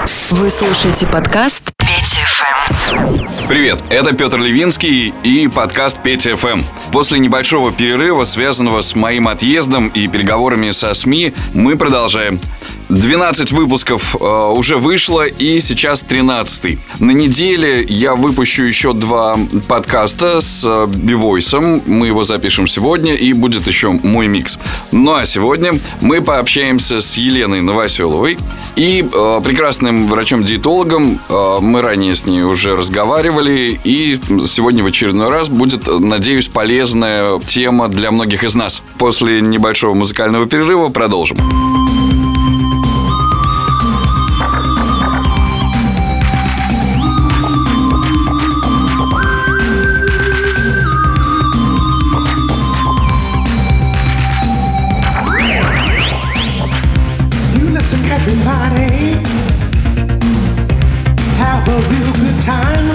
Вы слушаете подкаст Петя ФМ. Привет, это Петр Левинский и подкаст Петя ФМ. После небольшого перерыва, связанного с моим отъездом и переговорами со СМИ, мы продолжаем. 12 выпусков уже вышло, и сейчас 13-й. На неделе я выпущу еще 2 подкаста с Бивойсом. Мы его запишем сегодня, и будет еще мой микс. Ну а сегодня мы пообщаемся с Еленой Новоселовой и прекрасным врачом-диетологом. Мы ранее с ней уже разговаривали, и сегодня в очередной раз будет, надеюсь, полезная тема для многих из нас. После небольшого музыкального перерыва продолжим. Everybody have a real good time.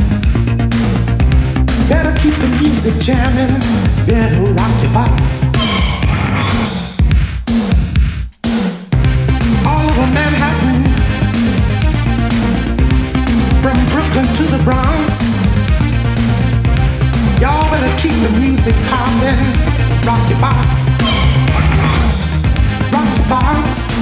Better keep the music jamming. Better rock your box. All over Manhattan, from Brooklyn to the Bronx, y'all better keep the music popping. Rock your box. Rock your box.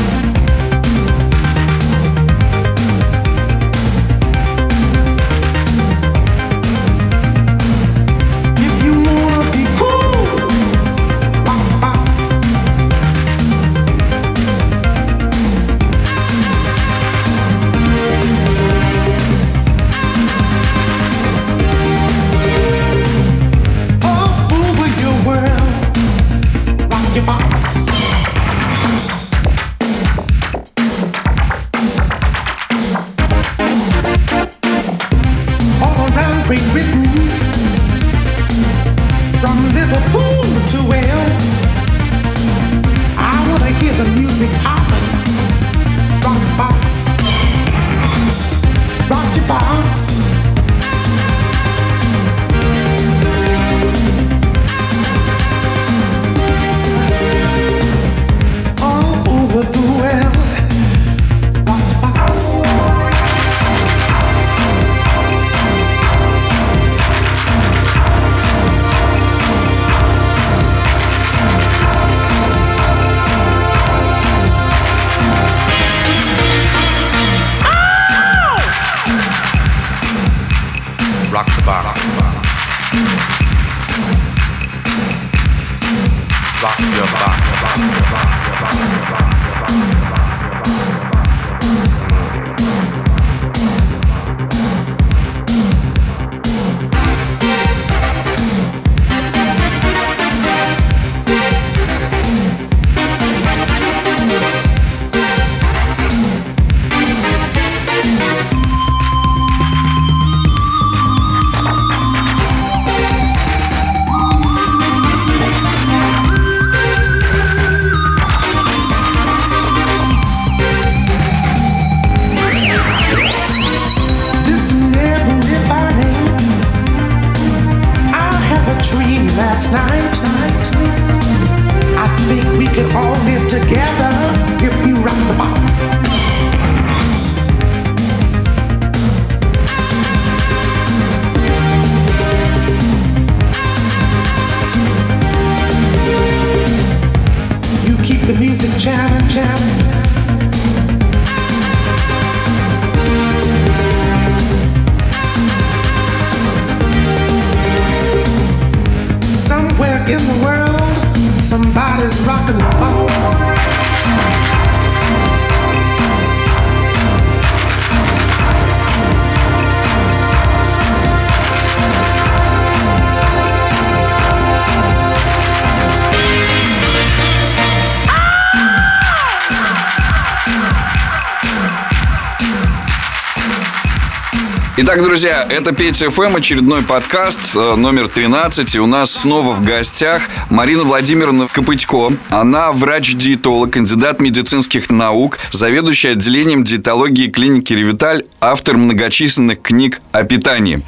Итак, друзья, это Петя ФМ, очередной подкаст, номер 13. И у нас снова в гостях Марина Владимировна Копытько. Она врач-диетолог, кандидат медицинских наук, заведующая отделением диетологии клиники «Ревиталь», автор многочисленных книг о питании.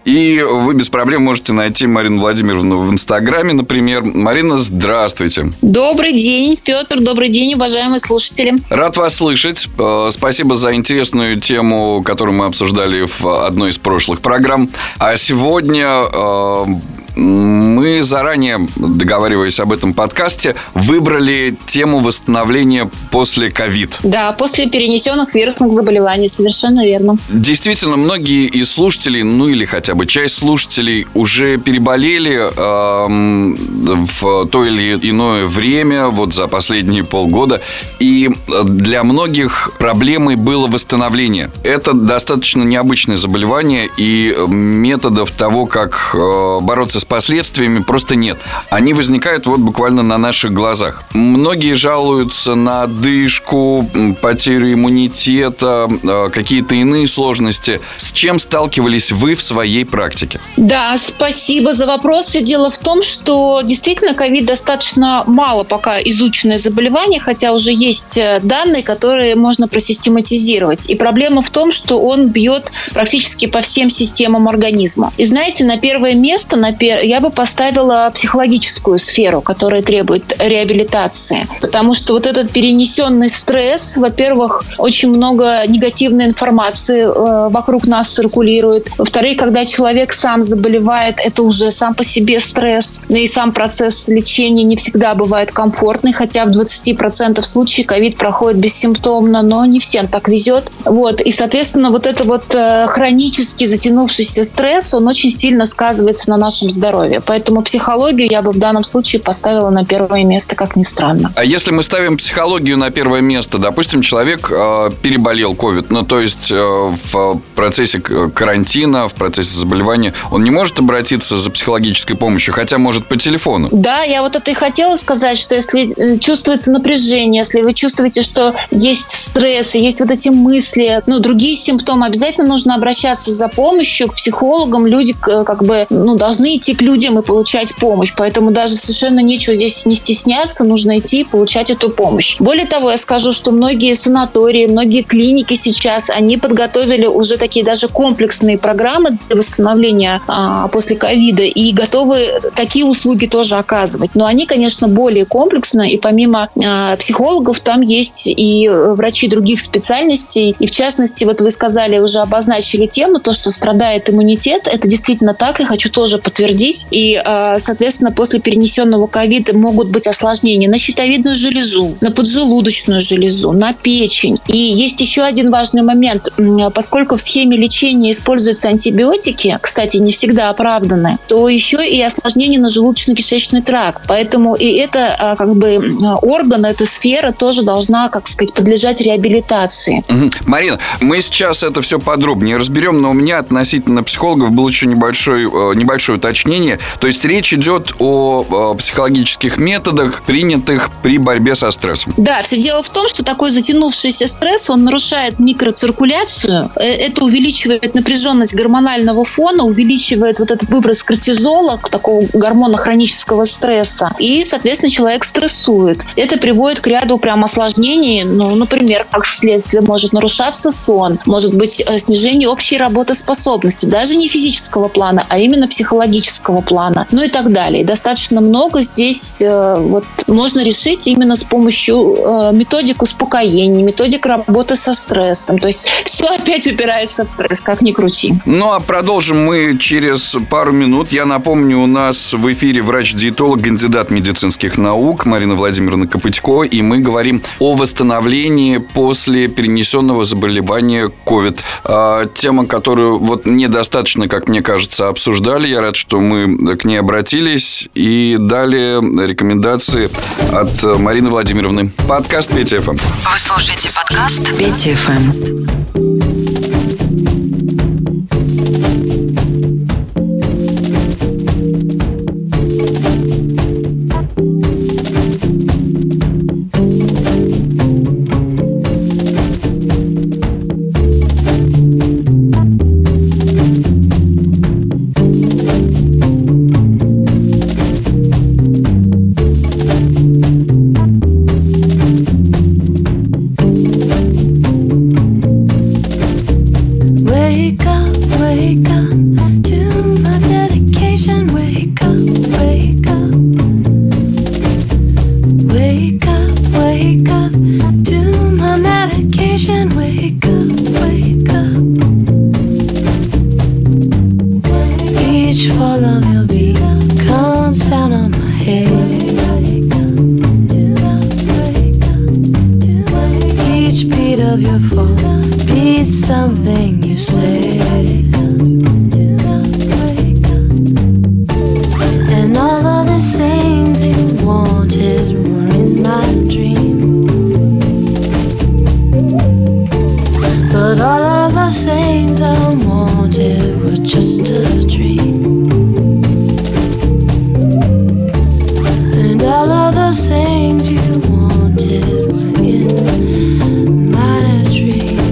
И вы без проблем можете найти Марину Владимировну в Инстаграме, например. Марина, здравствуйте. Добрый день, Петр. Добрый день, уважаемые слушатели. Рад вас слышать. Спасибо за интересную тему, которую мы обсуждали в одной из прошлых программ. А сегодня мы заранее, договариваясь об этом подкасте, выбрали тему восстановления после ковид. Да, после перенесенных вирусных заболеваний, совершенно верно. Действительно, многие из слушателей, ну или хотя бы часть слушателей, уже переболели в то или иное время, вот за последние полгода. И для многих проблемой было восстановление. Это достаточно необычное заболевание, и методов того, как бороться с последствиями, просто нет. Они возникают вот буквально на наших глазах. Многие жалуются на одышку, потерю иммунитета, какие-то иные сложности. С чем сталкивались вы в своей практике? Да, спасибо за вопрос. Все дело в том, что действительно ковид достаточно мало пока изученное заболевание, хотя уже есть данные, которые можно просистематизировать. И проблема в том, что он бьет практически по всем системам организма. И знаете, на первое место я бы поставила психологическую сферу, которая требует реабилитации. Потому что вот этот перенесенный стресс, во-первых, очень много негативной информации вокруг нас циркулирует. Во-вторых, когда человек сам заболевает, это уже сам по себе стресс. Ну и сам процесс лечения не всегда бывает комфортный, хотя в 20% случаев ковид проходит бессимптомно, но не всем так везет. Вот. И, соответственно, вот это вот хронически затянувшийся стресс, он очень сильно сказывается на нашем здоровье. Поэтому психологию я бы в данном случае поставила на первое место, как ни странно. А если мы ставим психологию на первое место, допустим, человек переболел ковид, ну, то есть в процессе карантина, в процессе заболевания, он не может обратиться за психологической помощью, хотя может по телефону? Да, я вот это и хотела сказать, что если чувствуется напряжение, если вы чувствуете, что есть стресс, есть вот эти мысли, другие симптомы, обязательно нужно обращаться за помощью к психологам. Люди должны идти к людям и получать помощь. Поэтому даже совершенно нечего здесь не стесняться, нужно идти и получать эту помощь. Более того, я скажу, что многие санатории, многие клиники сейчас, они подготовили уже такие даже комплексные программы для восстановления после ковида и готовы такие услуги тоже оказывать. Но они, конечно, более комплексные, и помимо психологов там есть и врачи других специальностей. И в частности, вот вы сказали, уже обозначили тему, то, что страдает иммунитет, это действительно так, я хочу тоже подтвердить. И, соответственно, после перенесенного ковида могут быть осложнения на щитовидную железу, на поджелудочную железу, на печень. И есть еще один важный момент. Поскольку в схеме лечения используются антибиотики, кстати, не всегда оправданные, то еще и осложнения на желудочно-кишечный тракт. Поэтому и это орган, эта сфера тоже должна, подлежать реабилитации. Марина, мы сейчас это все подробнее разберем, но у меня относительно психологов было еще небольшое уточнение. То есть речь идет о психологических методах, принятых при борьбе со стрессом. Да, все дело в том, что такой затянувшийся стресс, он нарушает микроциркуляцию. Это увеличивает напряженность гормонального фона, увеличивает вот этот выброс кортизола, такого гормона хронического стресса. И, соответственно, человек стрессует. Это приводит к ряду прям осложнений. Например, как следствие может нарушаться сон, может быть снижение общей работоспособности, даже не физического плана, а именно психологического плана, и так далее. Достаточно много здесь можно решить именно с помощью методик успокоения, методик работы со стрессом. То есть все опять упирается в стресс, как ни крути. А продолжим мы через пару минут. Я напомню, у нас в эфире врач-диетолог, кандидат медицинских наук Марина Владимировна Копытько, и мы говорим о восстановлении после перенесенного заболевания ковид. Тема, которую недостаточно, как мне кажется, обсуждали. Я рад, что мы к ней обратились и дали рекомендации от Марины Владимировны. Подкаст Петя ФМ. Вы слушаете подкаст Петя ФМ. fall beats something you say. And all of the things you wanted were in my dream. But all of those things I wanted were just a dream. And all of those things you wanted were in my dream.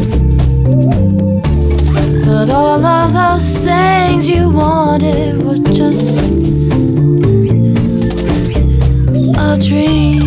But all of those things you wanted were just a dream.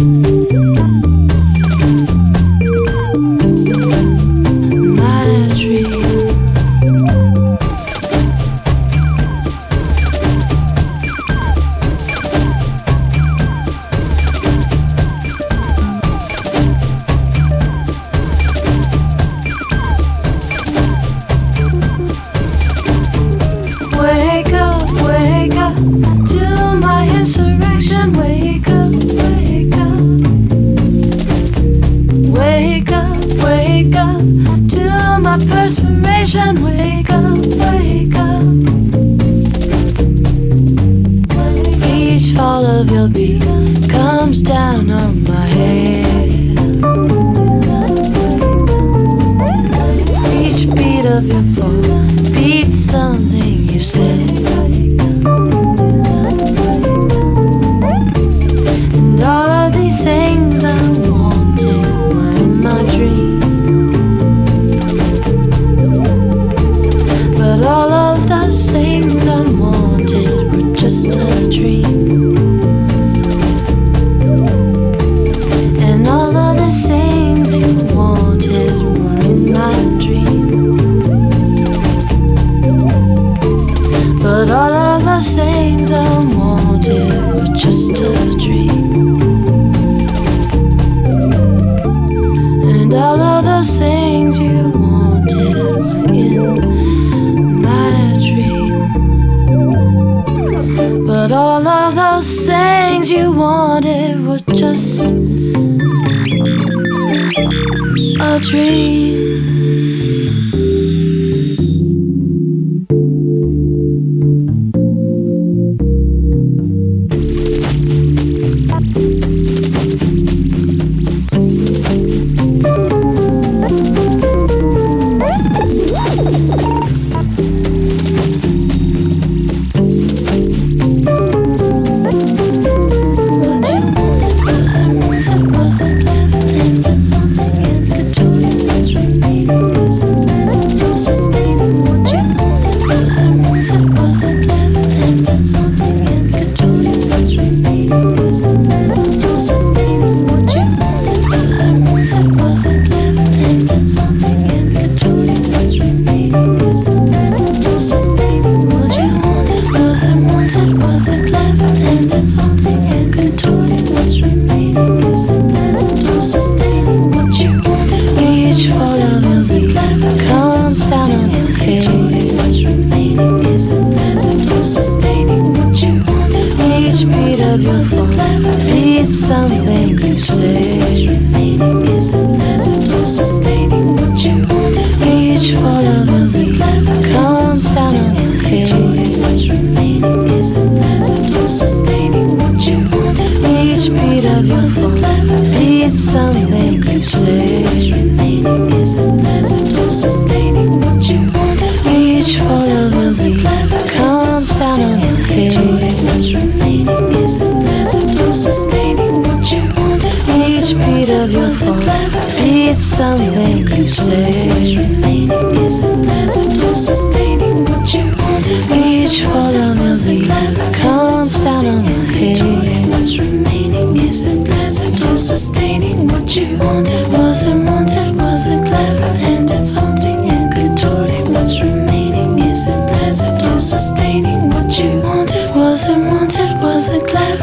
Perspiration, wake up, wake up. Each fall of your beat comes down on my head. Each beat of your fall beats something you said. And all of these things I wanted were in my dream. But all of those things I wanted were just a dream. And all of the things you wanted were in my dream. But all of those things I wanted were just a dream. And all of those things you wanted were in my dream. But all of those things you wanted were just a dream.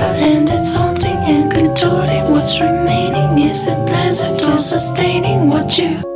Sustaining what you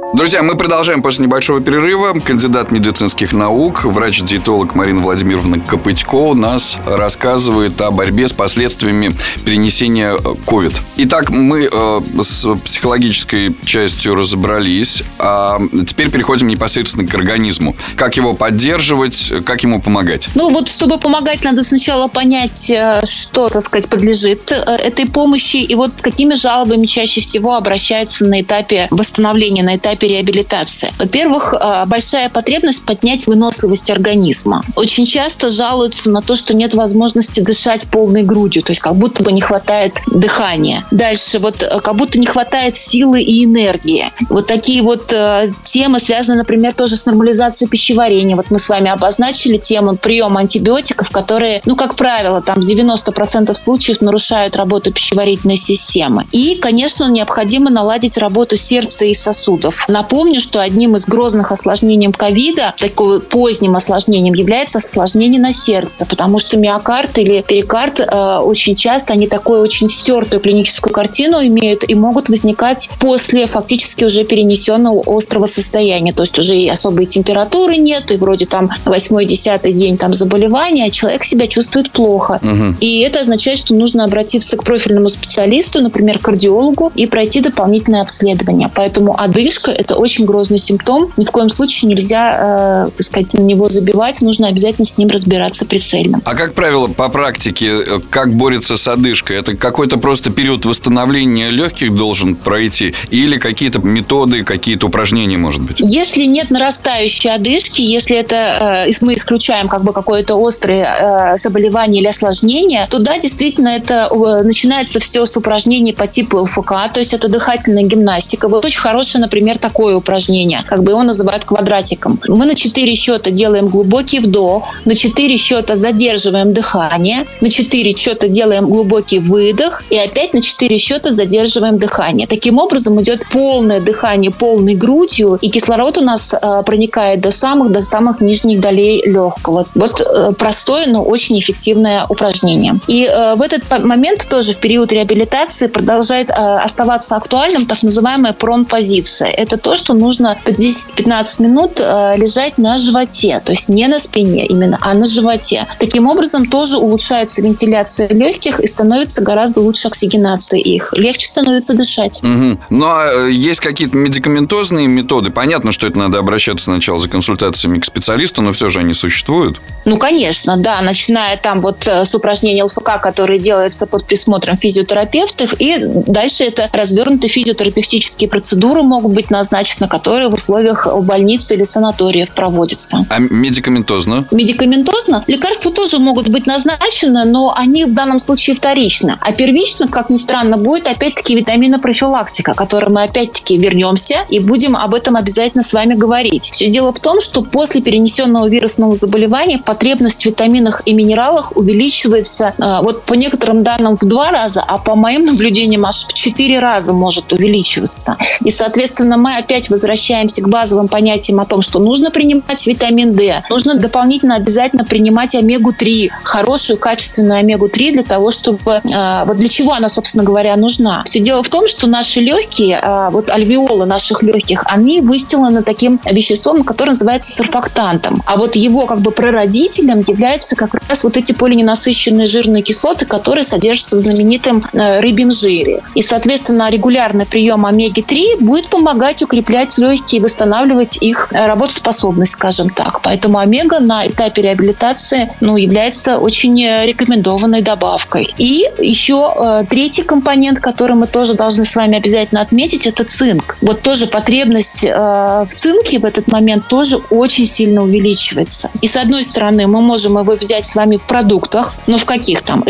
Друзья, мы продолжаем после небольшого перерыва. Кандидат медицинских наук, врач-диетолог Марина Владимировна Копытько у нас рассказывает о борьбе с последствиями перенесения COVID. Итак, мы с психологической частью разобрались, а теперь переходим непосредственно к организму. Как его поддерживать, как ему помогать? Ну вот, чтобы помогать, надо сначала понять, что, так сказать, подлежит этой помощи, и вот с какими жалобами чаще всего обращаются на этапе восстановления, на этапе реабилитации. Во-первых, большая потребность поднять выносливость организма. Очень часто жалуются на то, что нет возможности дышать полной грудью, то есть как будто бы не хватает дыхания. Дальше, вот как будто не хватает силы и энергии. Вот такие вот темы связаны, например, тоже с нормализацией пищеварения. Вот мы с вами обозначили тему приема антибиотиков, которые, ну, как правило, там в 90% случаев нарушают работу пищеварительной системы. И, конечно, необходимо наладить работу сердца и сосудов. Напомню, что одним из грозных осложнений ковида, таким поздним осложнением, является осложнение на сердце, потому что миокард или перикард очень часто, они такую очень стертую клиническую картину имеют и могут возникать после фактически уже перенесенного острого состояния. То есть уже и особой температуры нет, и вроде там 8-10 день там заболевания, а человек себя чувствует плохо. И это означает, что нужно обратиться к профильному специалисту, например, кардиологу, и пройти дополнительное обследование. Поэтому одышка – это очень грозный симптом. Ни в коем случае нельзя, так сказать, на него забивать. Нужно обязательно с ним разбираться прицельно. А как правило, по практике, как борется с одышкой? Это какой-то просто период восстановления легких должен пройти? Или какие-то методы, какие-то упражнения, может быть? Если нет нарастающей одышки, если это мы исключаем как бы какое-то острое заболевание или осложнение, то да, действительно, это начинается все с упражнений по типу ЛФК, то есть это дыхательная гимнастика. Вот очень хорошее, например, такое упражнение, как бы его называют квадратиком. Мы на 4 счета делаем глубокий вдох, на 4 счета задерживаем дыхание, на 4 счета делаем глубокий выдох и опять на 4 счета задерживаем дыхание. Таким образом идет полное дыхание полной грудью, и кислород у нас проникает до самых нижних долей легкого. Вот простое, но очень эффективное упражнение. И в этот момент тоже в период реабилитации продолжает оставаться актуальным так называемая прон-позиция. Это то, что нужно по 10-15 минут лежать на животе, то есть не на спине именно, а на животе. Таким образом тоже улучшается вентиляция легких и становится гораздо лучше оксигенация их. Легче становится дышать. Ну, а есть какие-то медикаментозные методы? Понятно, что это надо обращаться сначала за консультациями к специалисту, но все же они существуют? Ну, конечно, да. Начиная там вот с упражнений ЛФК, которые делаются под присмотром физиотерапевтов, и дальше это развернутые физиотерапевтические процедуры могут быть назначены, которые в условиях больницы или санаториев проводятся. А медикаментозно? Медикаментозно лекарства тоже могут быть назначены, но они в данном случае вторичны. А первично, как ни странно, будет опять-таки витаминопрофилактика, к которой мы опять-таки вернемся и будем об этом обязательно с вами говорить. Все дело в том, что после перенесенного вирусного заболевания потребность в витаминах и минералах увеличивается вот по некоторым данным в 2 раза, а по моим наблюдениям аж в 4 раза может увеличиваться. И, соответственно, мы опять возвращаемся к базовым понятиям о том, что нужно принимать витамин D, нужно дополнительно обязательно принимать омегу-3, хорошую, качественную омегу-3 для того, чтобы... Вот для чего она, собственно говоря, нужна? Все дело в том, что наши легкие, вот альвеолы наших легких, они выстиланы таким веществом, которое называется сурфактантом. А вот его как бы прародителем являются как раз вот эти полиненасыщенные жирные кислоты, которые содержатся в знаменитом рыбьем жире. И, соответственно, регулярный прием омеги-3 будет помогать укреплять легкие, восстанавливать их работоспособность, скажем так. Поэтому омега на этапе реабилитации является очень рекомендованной добавкой. И еще третий компонент, который мы тоже должны с вами обязательно отметить, это цинк. Вот тоже потребность в цинке в этот момент тоже очень сильно увеличивается. И с одной стороны, мы можем его взять с вами в продуктах, но в каких там?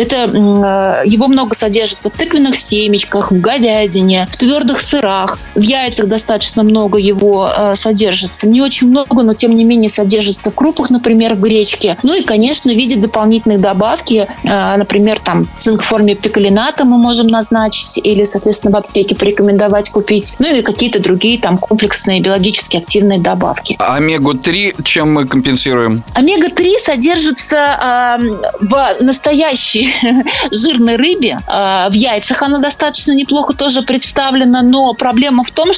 Это его много содержится в тыквенных семечках, в говядине, в твердых сырах, в яйцах достаточно много его содержится. Не очень много, но тем не менее содержится в крупах, например, в гречке. Ну и, конечно, в виде дополнительной добавки, например, там цинк в форме пикалината мы можем назначить или, соответственно, в аптеке порекомендовать купить. Ну или какие-то другие там комплексные биологически активные добавки. Омегу-3 чем мы компенсируем? Омега-3 содержится в настоящей жирной рыбе. В яйцах она достаточно неплохо тоже представлена, но проблема в том, что там еще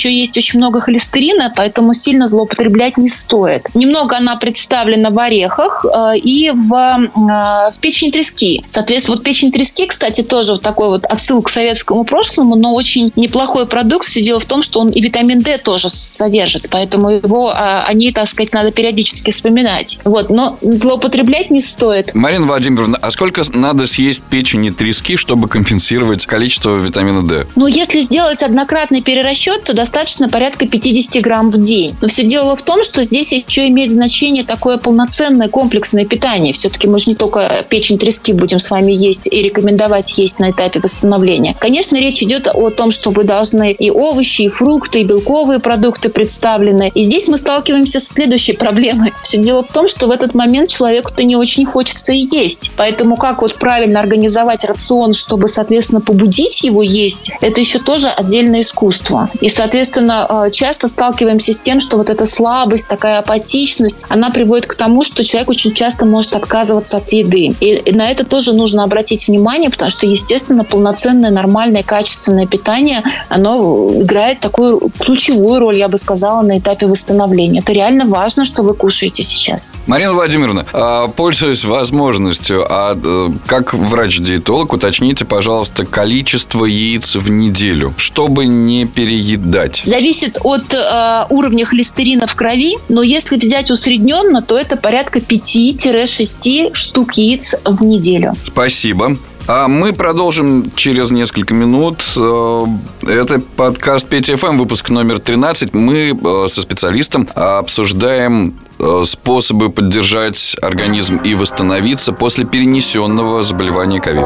еще есть очень много холестерина, поэтому сильно злоупотреблять не стоит. Немного она представлена в орехах и в печени трески. Соответственно, вот печень трески, кстати, тоже вот такой вот отсылка к советскому прошлому, но очень неплохой продукт. Все дело в том, что он и витамин D тоже содержит, поэтому его о ней, так сказать, надо периодически вспоминать. Вот, но злоупотреблять не стоит. Марина Владимировна, а сколько надо съесть печени трески, чтобы компенсировать количество витамина D? Ну, если сделать однократный перерасчет, то достаточно порядка 50 грамм в день. Но все дело в том, что здесь еще имеет значение такое полноценное комплексное питание. Все-таки мы же не только печень трески будем с вами есть и рекомендовать есть на этапе восстановления. Конечно, речь идет о том, что вы должны и овощи, и фрукты, и белковые продукты представлены. И здесь мы сталкиваемся с следующей проблемой. Все дело в том, что в этот момент человеку-то не очень хочется и есть. Поэтому как вот правильно организовать рацион, чтобы, соответственно, побудить его есть, это еще тоже отдельное искусство. И, соответственно, часто сталкиваемся с тем, что вот эта слабость, такая апатичность, она приводит к тому, что человек очень часто может отказываться от еды. И на это тоже нужно обратить внимание, потому что, естественно, полноценное, нормальное, качественное питание, оно играет такую ключевую роль, я бы сказала, на этапе восстановления. Это реально важно, что вы кушаете сейчас. Марина Владимировна, пользуясь возможностью, как врач-диетолог, уточните, пожалуйста, количество яиц в неделю, чтобы не переедать. Зависит от уровня холестерина в крови, но если взять усредненно, то это порядка 5-6 штук яиц в неделю. Спасибо. А мы продолжим через несколько минут. Это подкаст Петя ФМ, выпуск номер 13. Мы со специалистом обсуждаем способы поддержать организм и восстановиться после перенесенного заболевания ковид.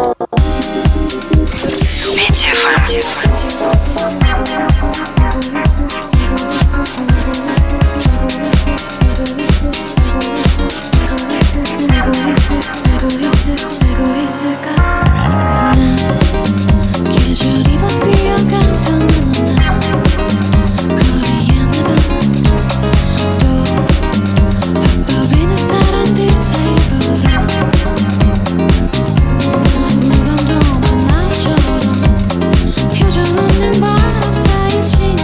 Петя ФМ. 표정 없는 바람 사이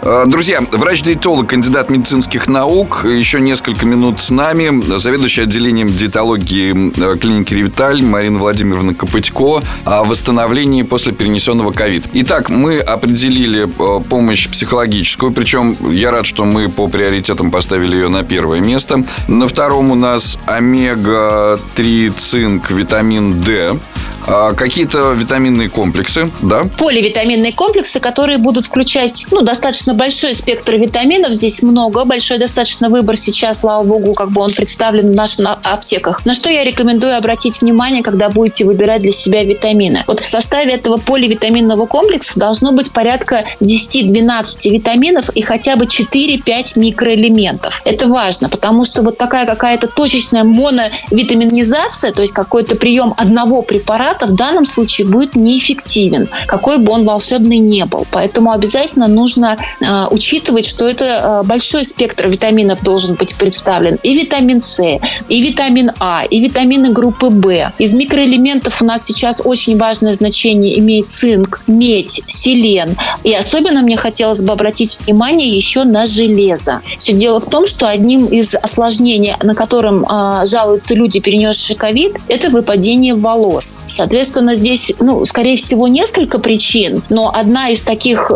Друзья, врач-диетолог, кандидат медицинских наук, еще несколько минут с нами, заведующий отделением диетологии клиники «Ревиталь» Марина Владимировна Копытько о восстановлении после перенесенного ковид. Итак, мы определили помощь психологическую, причем я рад, что мы по приоритетам поставили ее на первое место. На втором у нас омега-3, цинк, витамин D. Какие-то витаминные комплексы, да? Поливитаминные комплексы, которые будут включать, достаточно большой спектр витаминов. Здесь много, большой достаточно выбор сейчас, слава богу, он представлен в наших аптеках. На что я рекомендую обратить внимание, когда будете выбирать для себя витамины. Вот в составе этого поливитаминного комплекса должно быть порядка 10-12 витаминов и хотя бы 4-5 микроэлементов. Это важно, потому что вот такая какая-то точечная моновитаминизация, то есть какой-то прием одного препарата в данном случае будет неэффективен, какой бы он волшебный ни был. Поэтому обязательно нужно учитывать, что это большой спектр витаминов должен быть представлен. И витамин С, и витамин А, и витамины группы В. Из микроэлементов у нас сейчас очень важное значение имеет цинк, медь, селен. И особенно мне хотелось бы обратить внимание еще на железо. Все дело в том, что одним из осложнений, на котором жалуются люди, перенесшие ковид, это выпадение волос. Соответственно, здесь, скорее всего, несколько причин, но одна из таких,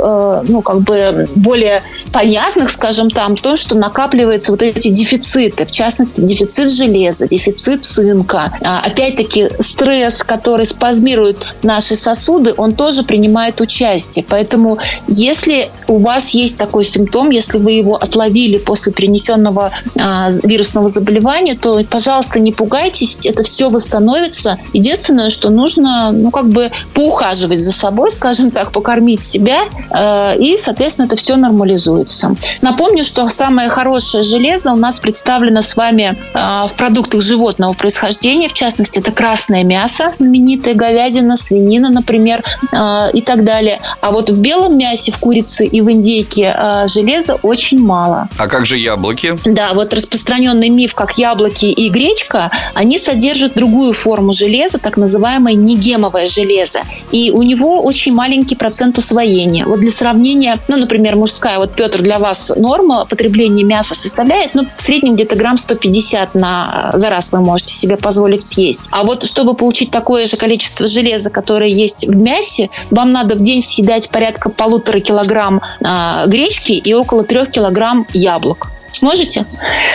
более понятных, скажем там, то, что накапливаются вот эти дефициты, в частности, дефицит железа, дефицит цинка. Опять-таки, стресс, который спазмирует наши сосуды, он тоже принимает участие. Поэтому, если у вас есть такой симптом, если вы его отловили после перенесенного вирусного заболевания, то, пожалуйста, не пугайтесь, это все восстановится. Единственное, что нужно, поухаживать за собой, скажем так, покормить себя, и, соответственно, это все нормализуется. Напомню, что самое хорошее железо у нас представлено с вами в продуктах животного происхождения, в частности, это красное мясо, знаменитая говядина, свинина, например, и так далее. А вот в белом мясе, в курице и в индейке железа очень мало. А как же яблоки? Да, вот распространенный миф, как яблоки и гречка, они содержат другую форму железа, так называемое негемовое железо. И у него очень маленький процент усвоения. Вот для сравнения, например, мужская, Петр, для вас норма потребления мяса составляет, в среднем где-то грамм 150 за раз вы можете себе позволить съесть. А вот чтобы получить такое же количество железа, которое есть в мясе, вам надо в день съедать порядка 1,5 килограмм гречки и около 3 килограмм яблок. Сможете?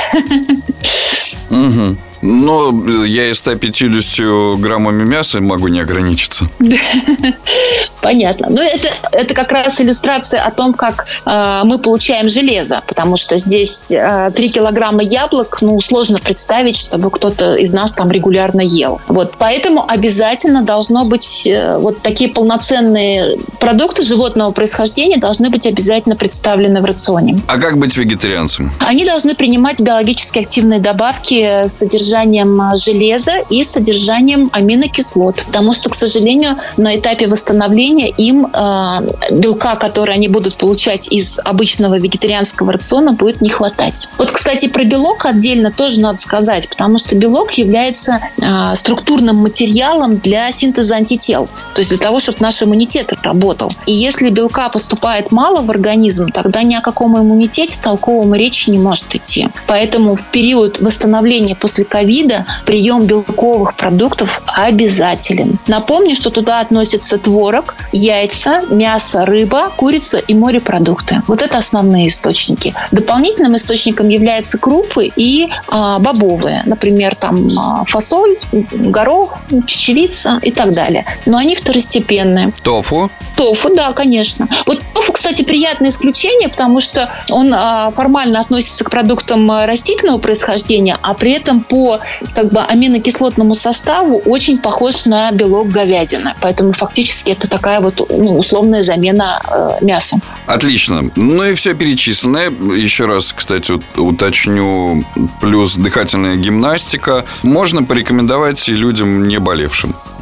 Угу. Но я и 150 граммами мяса могу не ограничиться. Понятно. Но это как раз иллюстрация о том, как мы получаем железо. Потому что здесь 3 килограмма яблок, сложно представить, чтобы кто-то из нас там регулярно ел. Поэтому обязательно должно быть такие полноценные продукты животного происхождения должны быть обязательно представлены в рационе. А как быть вегетарианцем? Они должны принимать биологически активные добавки с содержанием железа и содержанием аминокислот. Потому что, к сожалению, на этапе восстановления им белка, который они будут получать из обычного вегетарианского рациона, будет не хватать. Кстати, про белок отдельно тоже надо сказать, потому что белок является структурным материалом для синтеза антител. То есть для того, чтобы наш иммунитет работал. И если белка поступает мало в организм, тогда ни о каком иммунитете толковом речи не может идти. Поэтому в период восстановления после ковида прием белковых продуктов обязателен. Напомню, что туда относятся творог, яйца, мясо, рыба, курица и морепродукты. Это основные источники. Дополнительным источником являются крупы и бобовые. Например, фасоль, горох, чечевица и так далее. Но они второстепенные. Тофу? Тофу, да, конечно. Тофу, кстати, приятное исключение, потому что он формально относится к продуктам растительного происхождения, а при этом по аминокислотному составу очень похож на белок говядины. Поэтому фактически это такая условная замена мяса. Отлично. И все перечисленное. Еще раз, кстати, уточню. Плюс дыхательная гимнастика. Можно порекомендовать и людям, не болевшим.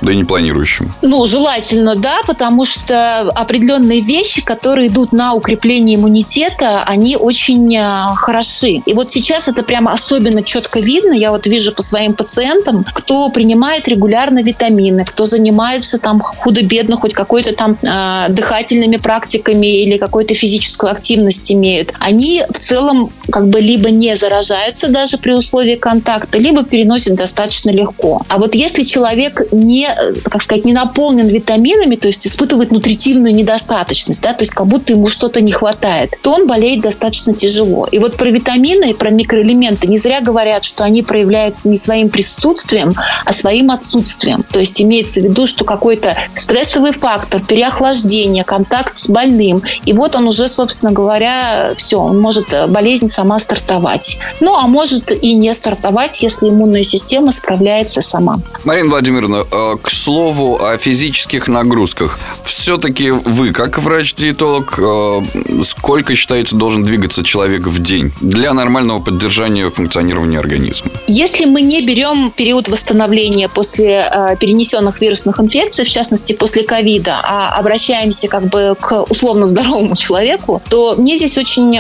да и не планирующим. Ну, желательно, да, потому что определенные вещи, которые идут на укрепление иммунитета, они очень хороши. И вот сейчас это прямо особенно четко видно. Я вот вижу по своим пациентам, кто принимает регулярно витамины, кто занимается там худо-бедно хоть какой-то там дыхательными практиками или какой-то физическую активность имеют. Они в целом как бы либо не заражаются даже при условии контакта, либо переносят достаточно легко. А вот если человек не, как сказать, не наполнен витаминами, то есть испытывает нутритивную недостаточность, да, то есть как будто ему что-то не хватает, то он болеет достаточно тяжело. И вот про витамины и про микроэлементы не зря говорят, что они проявляются не своим присутствием, а своим отсутствием. То есть имеется в виду, что какой-то стрессовый фактор, переохлаждение, контакт с больным, и вот он уже, собственно говоря, все, он может болезнь сама стартовать. Ну, а может и не стартовать, если иммунная система справляется сама. Марина Владимировна, к слову о физических нагрузках. Все-таки вы, как врач-диетолог, сколько, считаете, должен двигаться человек в день для нормального поддержания функционирования организма? Если мы не берем период восстановления после перенесенных вирусных инфекций, в частности, после ковида, а обращаемся как бы к условно здоровому человеку, то мне здесь очень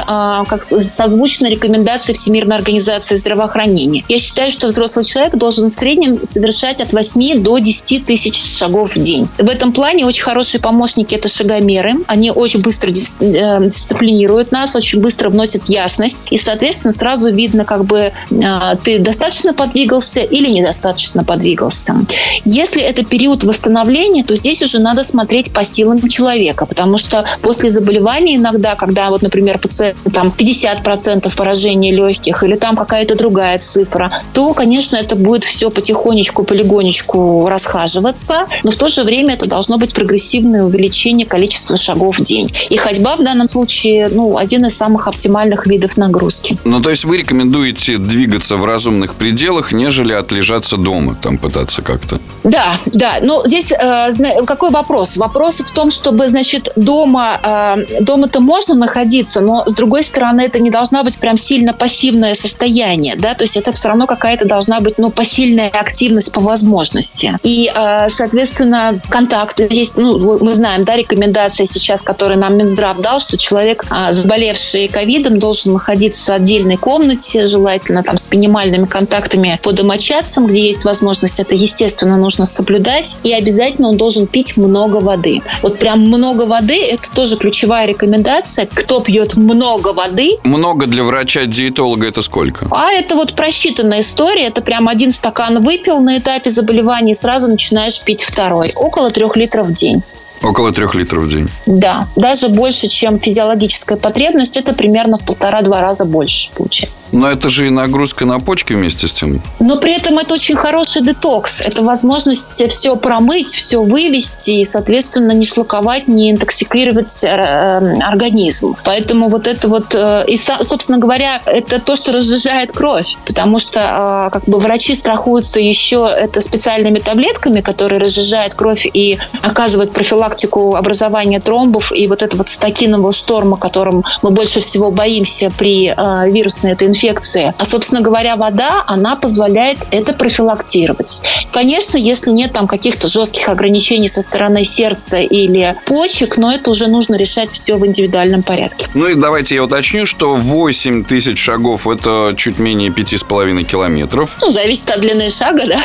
созвучна рекомендация Всемирной организации здравоохранения. Я считаю, что взрослый человек должен в среднем совершать от 8 до 10 тысяч шагов в день. В этом плане очень хорошие помощники – это шагомеры. Они очень быстро дисциплинируют нас, очень быстро вносят ясность. И, соответственно, сразу видно, как бы ты достаточно подвигался или недостаточно подвигался. Если это период восстановления, то здесь уже надо смотреть по силам человека, потому что после заболевания иногда, когда, вот, например, пациент там 50% поражения легких или там какая-то другая цифра, то, конечно, это будет все потихонечку, полигонечку расхаживаться, но в то же время это должно быть прогрессивное увеличение количества шагов в день. И ходьба в данном случае, один из самых оптимальных видов нагрузки. Ну, то есть вы рекомендуете двигаться в разумных пределах, нежели отлежаться дома, там пытаться как-то? Да. Но здесь какой вопрос? Вопрос в том, чтобы, значит, дома-то можно находиться, но, с другой стороны, это не должна быть прям сильно пассивное состояние, да, то есть это все равно какая-то должна быть, посильная активность по возможности. И, соответственно, контакт. Здесь, мы знаем, да, рекомендации сейчас, которые нам Минздрав дал, что человек, заболевший ковидом, должен находиться в отдельной комнате, желательно там с минимальными контактами по домочадцам, где есть возможность, это, естественно, нужно соблюдать. И обязательно он должен пить много воды. Вот прям много воды – это тоже ключевая рекомендация. Кто пьет много воды… Много для врача-диетолога – это сколько? А это вот просчитанная история. Это прям 1 стакан выпил на этапе заболевания, и сразу начинаешь пить второй. Около 3 литров в день. Около 3 литров в день? Да. Даже больше, чем физиологическая потребность. Это примерно в 1,5-2 раза больше получается. Но это же и нагрузка на почки вместе с тем. Но при этом это очень хороший детокс. Это возможность все промыть, все вывести и, соответственно, не шлаковать, не интоксикировать организм. Поэтому вот это вот... И, собственно говоря, это то, что разжижает кровь. Потому что врачи страхуются еще это специальными таблетками, которые разжижают кровь и оказывают профилактику образования тромбов и вот этого цитокинового шторма, которым мы больше всего боимся при вирусной этой инфекции. А, собственно говоря, вода, она позволяет это профилактировать. Конечно, если нет там каких-то жестких ограничений со стороны сердца или почек, но это уже нужно решать все в индивидуальном порядке. Ну и давайте я уточню, что 8 тысяч шагов – это чуть менее 5,5 километров. Зависит от длины шага, да?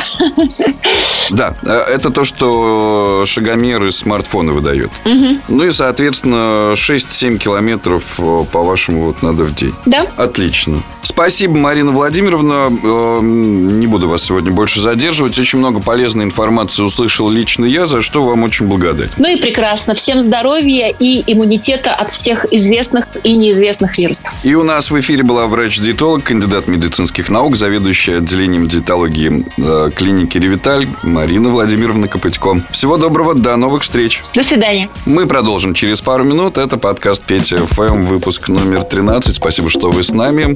Да, это то, что шагомеры смартфоны выдают. Угу. Ну и, соответственно, 6-7 километров, по-вашему, надо в день. Да. Отлично. Спасибо, Марина Владимировна. Не буду вас сегодня больше задерживать. Очень много полезной информации услышал лично я, за что вам очень благодарен. Ну и прекрасно. Всем здоровья и иммунитета от всех известных и неизвестных вирусов. И у нас в эфире была врач-диетолог, кандидат медицинских наук, заведующая отделением диетологии клиники «Ревиталь» Марина Владимировна Копытько. Всего доброго, до новых встреч. До свидания. Мы продолжим через пару минут. Это подкаст Петя ФМ, выпуск номер 13. Спасибо, что вы с нами.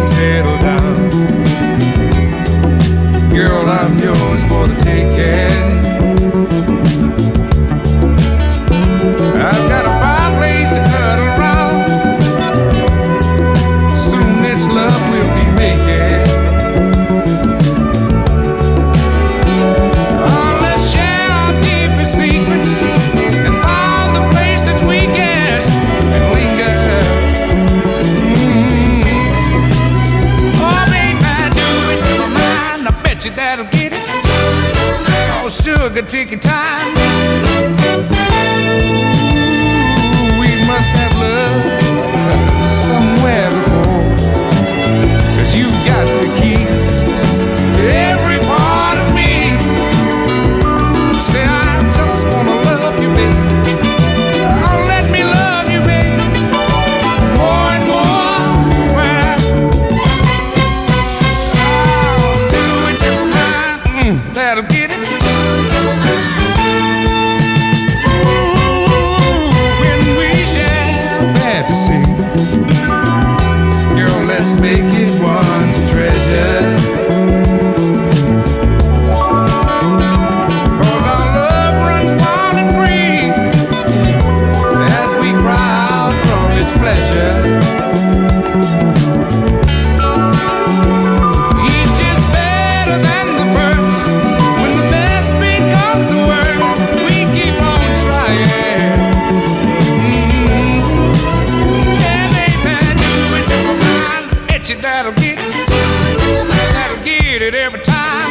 settle down. Girl, I'm yours for the taking. I've got a fireplace to cut around. Soon it's love we'll be making. Oh, let's share our deepest secrets and find the place that's weakest and linger. Oh, baby, do it to my mind. I bet you that'll get it. Oh, sugar, take your time. Must have love somewhere before, 'cause you got the key to every part of me. Say I just wanna love you, baby. Oh, let me love you, baby, more and more. Well, oh, do it to mine, that'll get it. Girl, let's make it one treasure. 'Cause our love runs wild and free as we cry out from its pleasure. Each is better than the first. When the best becomes the worst, we keep on trying. That'll get it every time.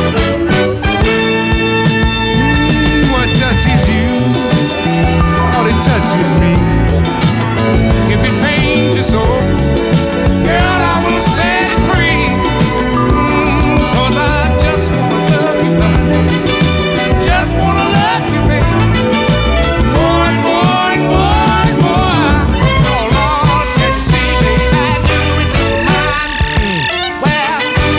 What touches you, all it touches me. If it pains your soul, girl, I will set it free. 'Cause I just wanna love you, honey. Just wanna love you, baby. More and more and more and more. Oh, Lord, let's see, baby, I do it to mine. Well,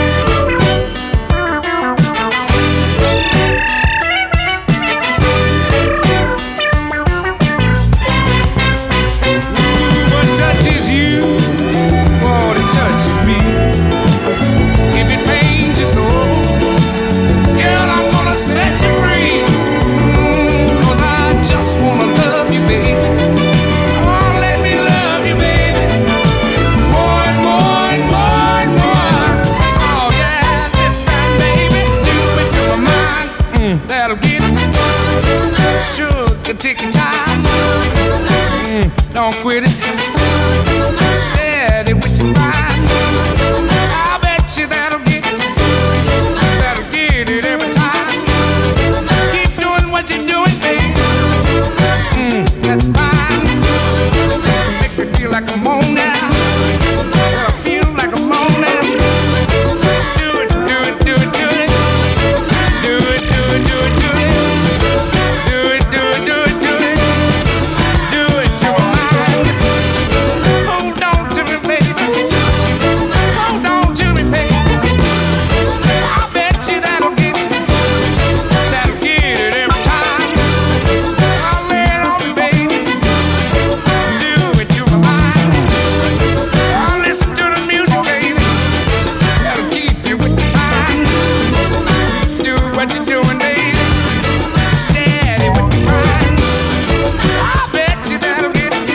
what touches you, what it touches me. If it pains your soul, girl, I wanna set you free. 'Cause I just wanna love you, baby. Oh, let me love you, baby. More and more and more and more. Oh, yeah, listen, baby, do it to my mind. That'll get it. Sugar, take your time. Don't quit it. Steady with your mind. I bet you that'll get it. That'll get it every time. Keep doing what you're doing, baby. That's fine. Make me feel like I'm on now. I feel like I'm on now. Do it, do it, do it, do it. Do it, do it, do it, do it. Do it, do it, do it, do it. Do it to my mind. Hold on to me, baby. Hold on to me, baby. I bet you that'll get it. That'll get it every time. I'll lay it on me, baby. Do it to my mind. I'll listen to the music, baby. That'll keep you with the time. Do what you're doing, baby. Steady with the grind. I bet you that'll get it.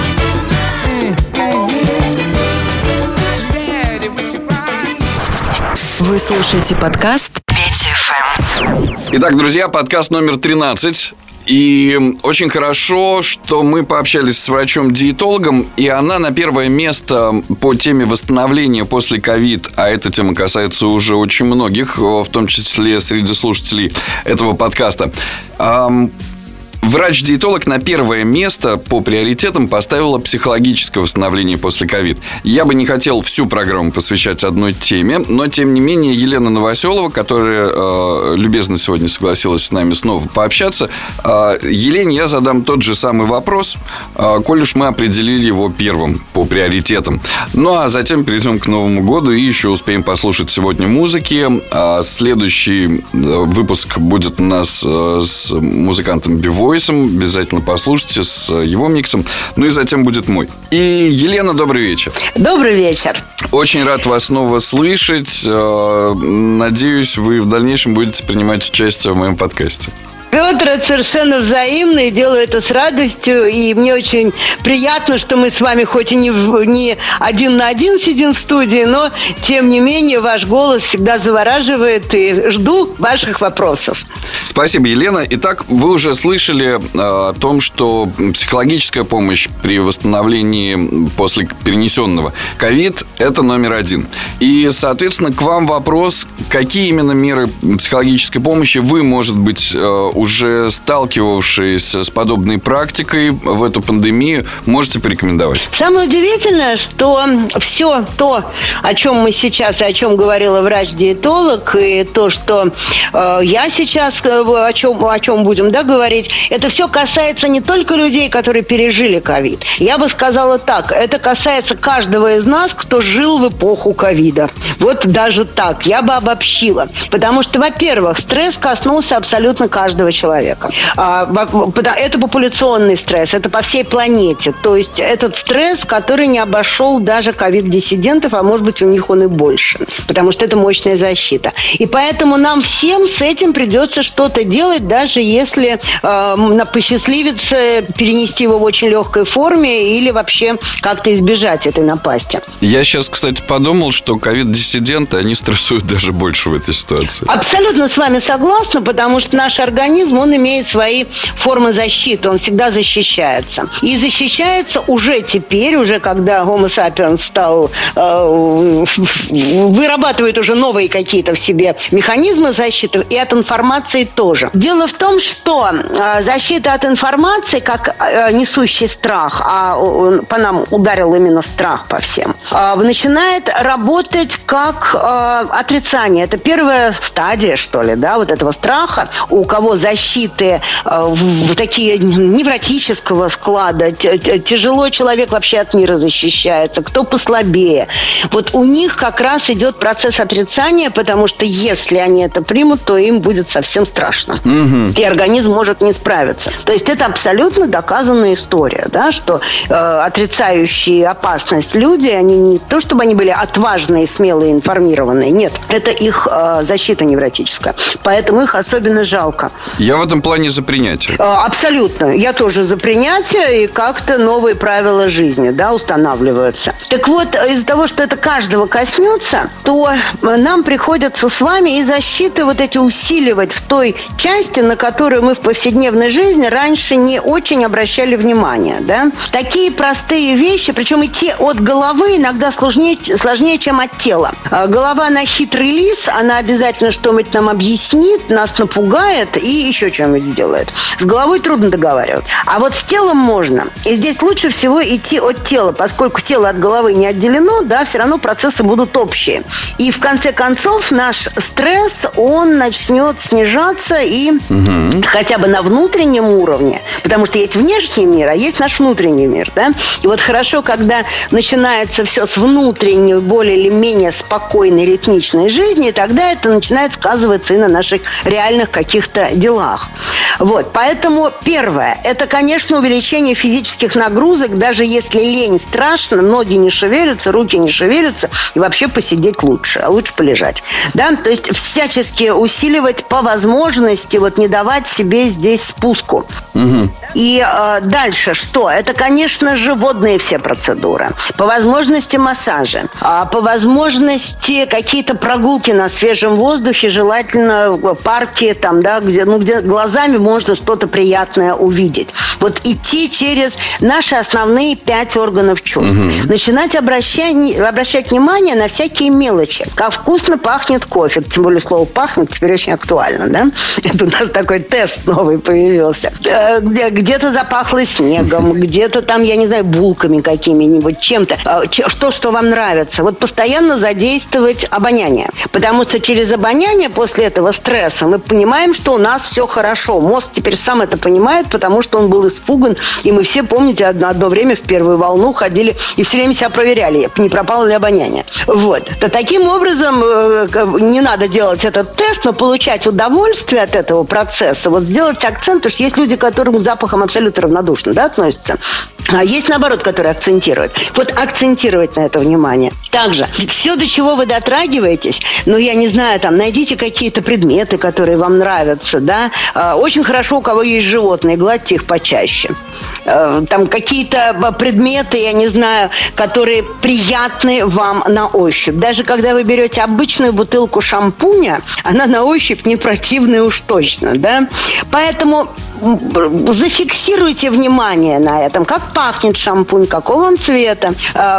Steady with your grind. Вы слушаете подкаст Петя ФМ. Итак, друзья, подкаст номер 13. И очень хорошо, что мы пообщались с врачом-диетологом, и она на первое место по теме восстановления после ковид, а эта тема касается уже очень многих, в том числе среди слушателей этого подкаста. Врач-диетолог на первое место по приоритетам поставила психологическое восстановление после ковид. Я бы не хотел всю программу посвящать одной теме, но, тем не менее, Елена Новоселова, которая любезно сегодня согласилась с нами снова пообщаться, Елене я задам тот же самый вопрос, коль уж мы определили его первым по приоритетам. Ну, а затем перейдем к Новому году и еще успеем послушать сегодня музыки. Следующий выпуск будет у нас с музыкантом Бивой. Voice. Обязательно послушайте с его миксом. Ну и затем будет мой. И, Елена, добрый вечер. Добрый вечер. Очень рад вас снова слышать. Надеюсь, вы в дальнейшем будете принимать участие в моем подкасте. Петр, это совершенно взаимно, и делаю это с радостью. И мне очень приятно, что мы с вами хоть и не один на один сидим в студии, но, тем не менее, ваш голос всегда завораживает, и жду ваших вопросов. Спасибо, Елена. Итак, вы уже слышали о том, что психологическая помощь при восстановлении после перенесенного ковид – это номер один. И, соответственно, к вам вопрос, какие именно меры психологической помощи вы, может быть, уже сталкивавшиеся с подобной практикой в эту пандемию, можете порекомендовать? Самое удивительное, что все то, о чем мы сейчас, и о чем говорила врач-диетолог, и то, что я сейчас, о чем будем говорить, это все касается не только людей, которые пережили ковид. Я бы сказала так, это касается каждого из нас, кто жил в эпоху ковида. Вот даже так, я бы обобщила. Потому что, во-первых, стресс коснулся абсолютно каждого человека. Это популяционный стресс, это по всей планете. То есть этот стресс, который не обошел даже ковид-диссидентов, а может быть у них он и больше. Потому что это мощная защита. И поэтому нам всем с этим придется что-то делать, даже если посчастливится перенести его в очень легкой форме или вообще как-то избежать этой напасти. Я сейчас, кстати, подумал, что ковид-диссиденты, они стрессуют даже больше в этой ситуации. Абсолютно с вами согласна, потому что наш организм, он имеет свои формы защиты, он всегда защищается. И защищается уже теперь, уже когда Homo sapiens стал, вырабатывает уже новые какие-то в себе механизмы защиты, и от информации тоже. Дело в том, что защита от информации, как несущий страх, а по нам ударил именно страх по всем, начинает работать как отрицание. Это первая стадия, что ли, да, вот этого страха. У кого защиты такие невротического склада, тяжело человек вообще от мира защищается, кто послабее. Вот у них как раз идет процесс отрицания, потому что если они это примут, то им будет совсем страшно. И организм может не справиться. То есть это абсолютно доказанная история, да, что отрицающие опасность люди, они не то, чтобы они были отважные, смелые, информированные. Нет, это их защита невротическая. Поэтому их особенно жалко. Я в этом плане за принятие. Абсолютно. Я тоже за принятие, и как-то новые правила жизни, да, устанавливаются. Так вот, из-за того, что это каждого коснется, то нам приходится с вами и защиты вот эти усиливать в той части, на которую мы в повседневной жизни раньше не очень обращали внимание, да. Такие простые вещи, причем идти от головы иногда сложнее, чем от тела. Голова, она хитрый лис, она обязательно что-нибудь нам объяснит, нас напугает и еще что-нибудь сделает. С головой трудно договариваться. А вот с телом можно. И здесь лучше всего идти от тела, поскольку тело от головы не отделено, да, все равно процессы будут общие. И в конце концов наш стресс, он начнет снижаться и хотя бы на внутреннем уровне, потому что есть внешний мир, а есть наш внутренний мир, да. И вот хорошо, когда начинается все с внутренней, более или менее спокойной, ритмичной жизни, тогда это начинает сказываться и на наших реальных каких-то делах. Вот, поэтому первое, это, конечно, увеличение физических нагрузок, даже если лень страшно, ноги не шевелятся, руки не шевелятся, и вообще посидеть лучше, а лучше полежать. Да, то есть всячески усиливать по возможности, вот не давать себе здесь спуску. И дальше что? Это, конечно же, водные все процедуры. По возможности массажи. По возможности какие-то прогулки на свежем воздухе, желательно в парке, там, да, где глазами можно что-то приятное увидеть. Вот идти через наши основные 5 органов чувств. Начинать обращать внимание на всякие мелочи. Как вкусно пахнет кофе. Тем более слово «пахнет» теперь очень актуально, да? Это у нас такой тест новый появился. Где-то запахло снегом, где-то там, я не знаю, булками какими-нибудь, чем-то. Что вам нравится. Вот постоянно задействовать обоняние. Потому что через обоняние после этого стресса мы понимаем, что у нас все хорошо. Мозг мозг теперь сам это понимает, потому что он был испуган. И мы все, помните, одно время в первую волну ходили и все время себя проверяли, не пропало ли обоняние. Вот. То таким образом не надо делать этот тест, но получать удовольствие от этого процесса, вот сделать акцент, потому что есть люди, которым к запахам абсолютно равнодушно, да, относятся. А есть, наоборот, которые акцентируют. Вот акцентировать на это внимание. Также, все, до чего вы дотрагиваетесь, ну, я не знаю, там, найдите какие-то предметы, которые вам нравятся, да. Очень хорошо, у кого есть животные, гладьте их почаще. Там какие-то предметы, я не знаю, которые приятны вам на ощупь. Даже когда вы берете обычную бутылку шампуня, она на ощупь не противная уж точно, да. Поэтому зафиксируйте внимание на этом. Как пахнет шампунь, какого он цвета,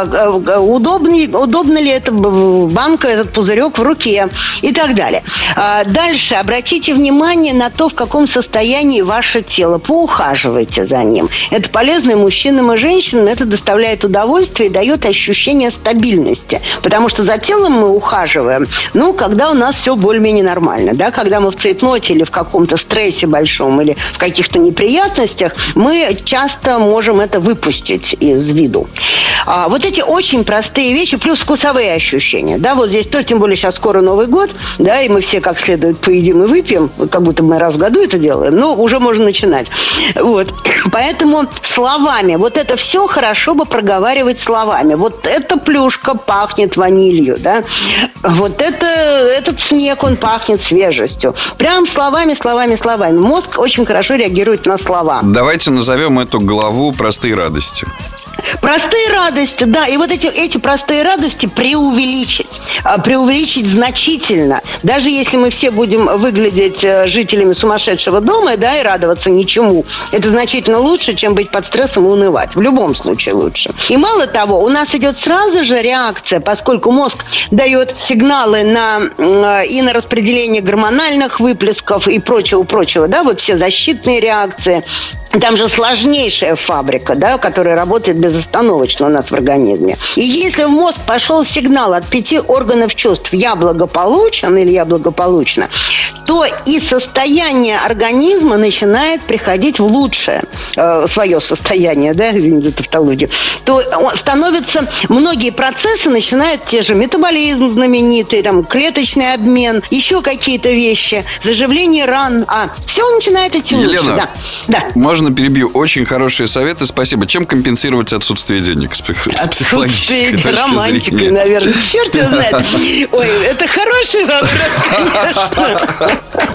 удобно ли эта банка, этот пузырек в руке и так далее. Дальше обратите внимание на то, в каком состоянии ваше тело. Поухаживайте за ним. Это полезно и мужчинам, и женщинам. Это доставляет удовольствие и дает ощущение стабильности. Потому что за телом мы ухаживаем, ну, когда у нас все более-менее нормально. Да? Когда мы в цейтноте или в каком-то стрессе большом, или в каких-то неприятностях, мы часто можем это выпустить из виду. Вот эти очень простые вещи, плюс вкусовые ощущения. Да, вот здесь, тем более сейчас скоро Новый год, да, и мы все как следует поедим и выпьем, как будто мы раз в году это делаем, но уже можно начинать. Вот. Поэтому словами, вот это все хорошо бы проговаривать словами. Вот эта плюшка пахнет ванилью, да, вот этот снег, он пахнет свежестью. Прям словами. Мозг очень хорошо реагирует на слова. Давайте назовем эту главу «Простые радости». Простые радости, да. И вот эти простые радости преувеличить значительно. Даже если мы все будем выглядеть жителями сумасшедшего дома, да, и радоваться ничему, это значительно лучше, чем быть под стрессом и унывать. В любом случае лучше. И мало того, у нас идет сразу же реакция, поскольку мозг дает сигналы и на распределение гормональных выплесков и прочего, да, вот все защитные реакции. Там же сложнейшая фабрика, да, которая работает безостановочно у нас в организме. И если в мозг пошел сигнал от 5 органов чувств «я благополучен» или «я благополучна», то и состояние организма начинает приходить в лучшее свое состояние, да, извините за тавтологию, то становятся, многие процессы начинают те же метаболизм знаменитый, там, клеточный обмен, еще какие-то вещи, заживление ран, все начинает идти лучше. Елена, да. Можно перебью? Очень хорошие советы, спасибо. Чем компенсировать отсутствие денег с психологической точки романтикой, зрения? наверное. Черт его знает. Ой, это хороший вопрос, конечно.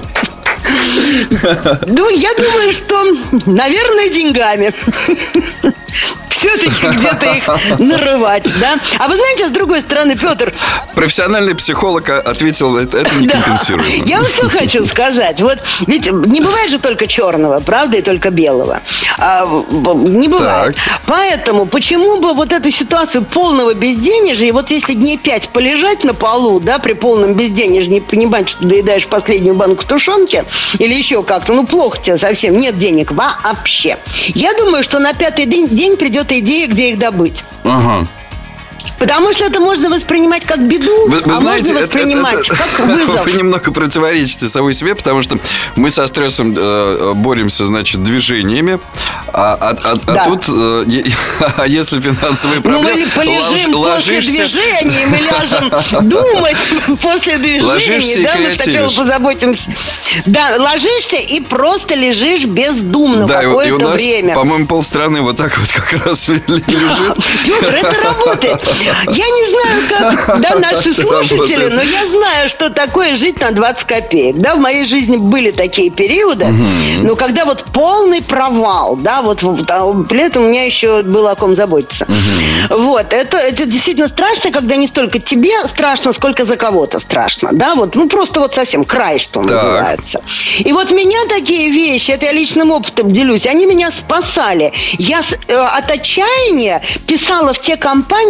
Ну, я думаю, что, наверное, деньгами. Все-таки где-то их нарывать, да? А вы знаете, с другой стороны, Петр... Профессиональный психолог ответил, это не компенсируемо. Я вам что хочу сказать. Вот ведь не бывает же только черного, правда, и только белого. Не бывает. Так. Поэтому почему бы вот эту ситуацию полного безденежья, и вот если дней 5 полежать на полу, да, при полном безденежье, не понимать, что доедаешь последнюю банку тушенки, или еще как-то, ну, плохо тебе совсем, нет денег вообще. Я думаю, что на 5-й день придет идея, где их добыть. Ага. Потому что это можно воспринимать как беду, вы знаете, можно воспринимать как вызов. Вы немного противоречите самой себе, потому что мы со стрессом боремся, значит, движениями, тут, если финансовые проблемы... Ну, мы полежим после движения, мы ляжем думать после движения, да, мы сначала позаботимся. Да, ложишься и просто лежишь бездумно какое-то время. По-моему, полстраны вот так вот как раз лежит. Петр, это работает. Я не знаю, как наши слушатели, но я знаю, что такое жить на 20 копеек. Да, в моей жизни были такие периоды, но когда вот полный провал, да, вот при этом у меня еще было о ком заботиться. Вот, это действительно страшно, когда не столько тебе страшно, сколько за кого-то страшно, да, вот, ну просто вот совсем край, что называется. И вот меня такие вещи, это я личным опытом делюсь, они меня спасали. Я от отчаяния писала в те компании, к которым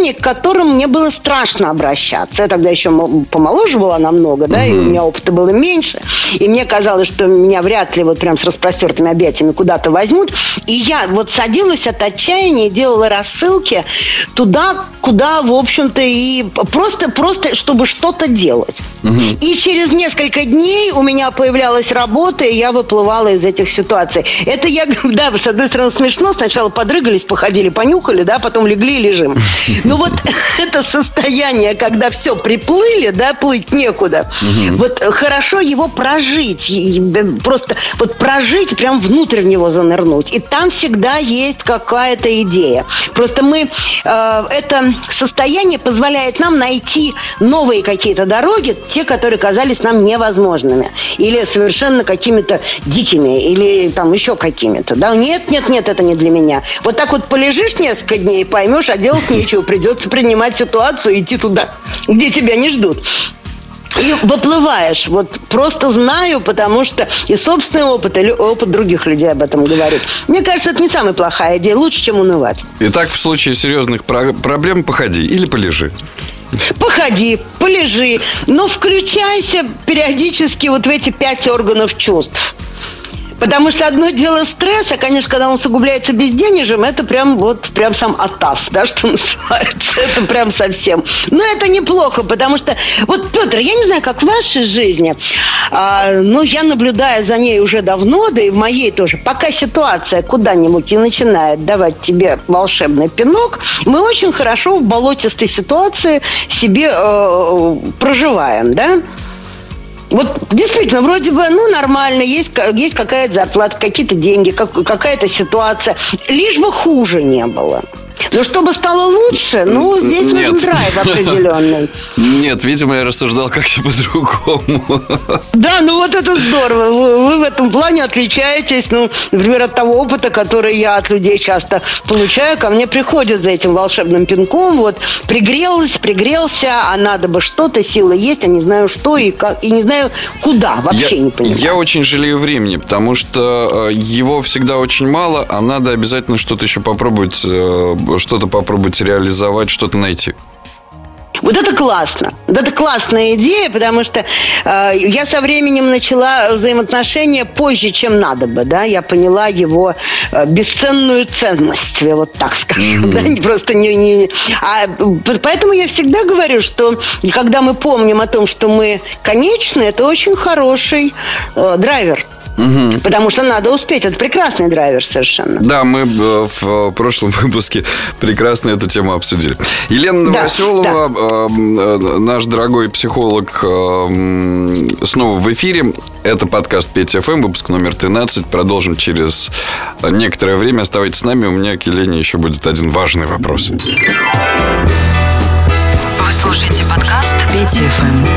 которым мне было страшно обращаться. Я тогда еще помоложе была намного, да, и у меня опыта было меньше. И мне казалось, что меня вряд ли вот прям с распростертыми объятиями куда-то возьмут. И я вот садилась от отчаяния и делала рассылки туда, куда, в общем-то, и просто чтобы что-то делать. И через несколько дней у меня появлялась работа, и я выплывала из этих ситуаций. Это я, да, с одной стороны, смешно. Сначала подрыгались, походили, понюхали, да, потом легли и лежим. Но вот это состояние, когда все приплыли, да, плыть некуда. Вот хорошо его прожить. Просто вот прожить, прям внутрь него занырнуть. И там всегда есть какая-то идея. Просто это состояние позволяет нам найти новые какие-то дороги, те, которые казались нам невозможными. Или совершенно какими-то дикими, или там еще какими-то. Да? Нет, это не для меня. Вот так вот полежишь несколько дней и поймешь, а делать нечего. Придется принимать ситуацию и идти туда, где тебя не ждут. И выплываешь. Вот просто знаю, потому что и собственный опыт, и опыт других людей об этом говорит. Мне кажется, это не самая плохая идея. Лучше, чем унывать. Итак, в случае серьезных проблем походи или полежи. Походи, полежи, но включайся периодически вот в эти 5 органов чувств. Потому что одно дело стресс, а, конечно, когда он усугубляется безденежьем, это прям сам атас, да, что называется. Это прям совсем. Но это неплохо, потому что... Вот, Петр, я не знаю, как в вашей жизни, но я наблюдаю за ней уже давно, да и в моей тоже. Пока ситуация куда-нибудь не начинает давать тебе волшебный пинок, мы очень хорошо в болотистой ситуации себе проживаем, да? Вот действительно, вроде бы, нормально, есть какая-то зарплата, какие-то деньги, какая-то ситуация. Лишь бы хуже не было. Но чтобы стало лучше, здесь нужен драйв определенный. Нет, видимо, я рассуждал как-то по-другому. Да, вот это здорово. Вы в этом плане отличаетесь, например, от того опыта, который я от людей часто получаю. Ко мне приходят за этим волшебным пинком. Вот пригрелся, а надо бы что-то, силы есть, а не знаю что и как, и не знаю куда, вообще не понимаю. Я очень жалею времени, потому что его всегда очень мало, а надо обязательно что-то еще попробовать реализовать, что-то найти. Вот это классно. Вот это классная идея, потому что я со временем начала взаимоотношения позже, чем надо бы, да, я поняла его бесценную ценность, я вот так скажу, да, просто не. Поэтому я всегда говорю, что когда мы помним о том, что мы конечны, это очень хороший драйвер. Потому что надо успеть. Это прекрасный драйвер совершенно. Да, мы в прошлом выпуске прекрасно эту тему обсудили. Елена Новоселова, наш дорогой психолог, снова в эфире. Это подкаст Петя ФМ, выпуск номер 13. Продолжим через некоторое время. Оставайтесь с нами. У меня к Елене еще будет один важный вопрос. Вы слушаете подкаст Петя ФМ.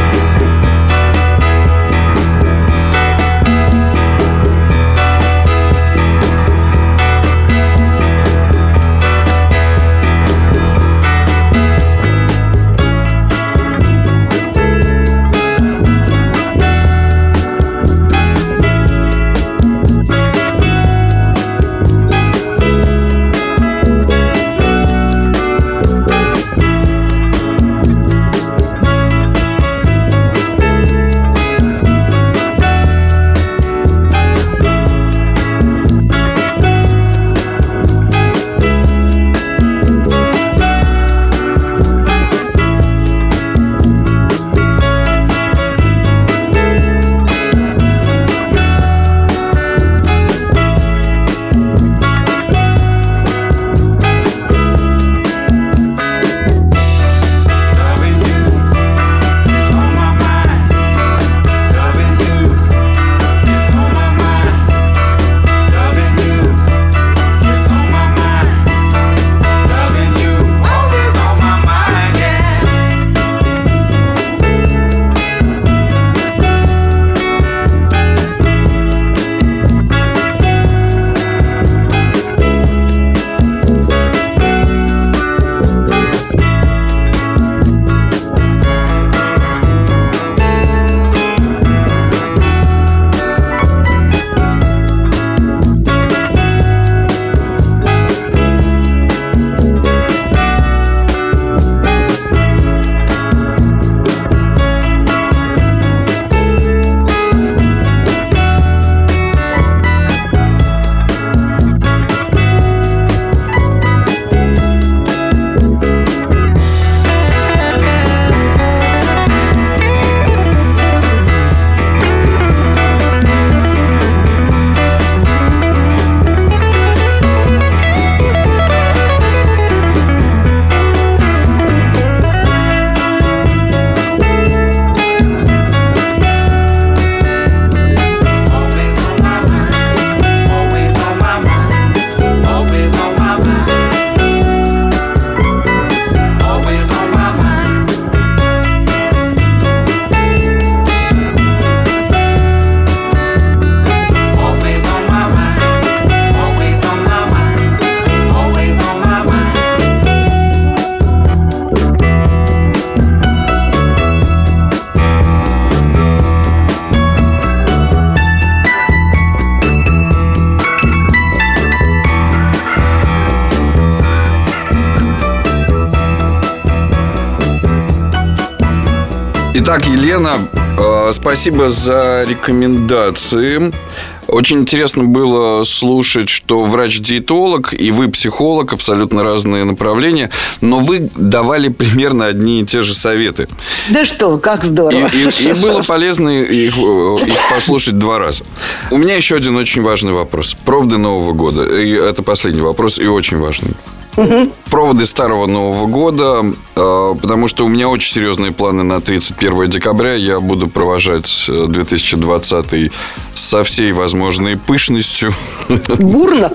Итак, Елена, спасибо за рекомендации. Очень интересно было слушать, что врач-диетолог и вы психолог, абсолютно разные направления, но вы давали примерно одни и те же советы. Да что, как здорово. И было полезно их послушать 2 раза. У меня еще один очень важный вопрос. Проводы Нового года. И это последний вопрос и очень важный. Проводы Старого Нового года, потому что у меня очень серьезные планы на 31 декабря. Я буду провожать 2020 со всей возможной пышностью. Бурно.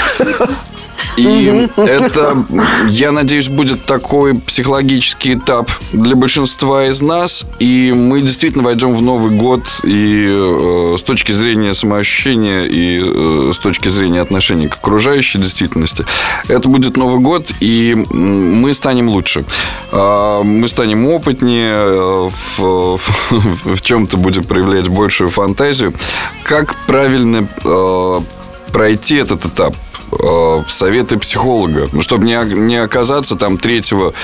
И это, я надеюсь, будет такой психологический этап для большинства из нас. И мы действительно войдем в Новый год. И с точки зрения самоощущения, и с точки зрения отношений к окружающей действительности, это будет Новый год, и мы станем лучше. Мы станем опытнее, в чем-то будем проявлять большую фантазию. Как правильно пройти этот этап? Советы психолога, чтобы не оказаться там 3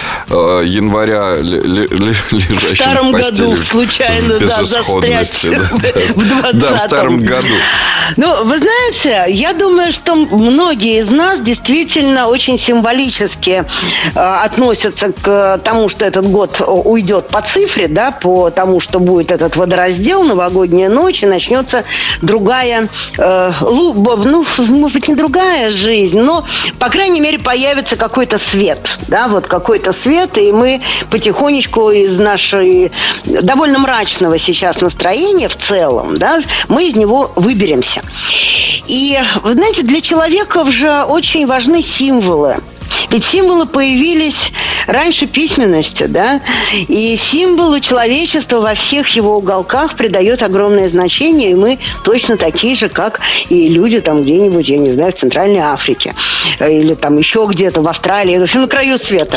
января лежащим в старом в постели, году случайно, в безысходности, в 20-м. Да, в старом году. Ну, вы знаете, я думаю, что многие из нас действительно очень символически относятся к тому, что этот год уйдет по цифре, да, по тому, что будет этот водораздел, новогодняя ночь, и начнется другая, может быть, не другая жизнь, но, по крайней мере, появится какой-то свет, да, вот какой-то свет, и мы потихонечку из нашей довольно мрачного сейчас настроения в целом, да, мы из него выберемся. И, вы знаете, для человека же очень важны символы. Ведь символы появились раньше письменности, да, и символу человечества во всех его уголках придает огромное значение, и мы точно такие же, как и люди там где-нибудь, я не знаю, в Центральной Африке, или там еще где-то в Австралии, в общем, на краю света.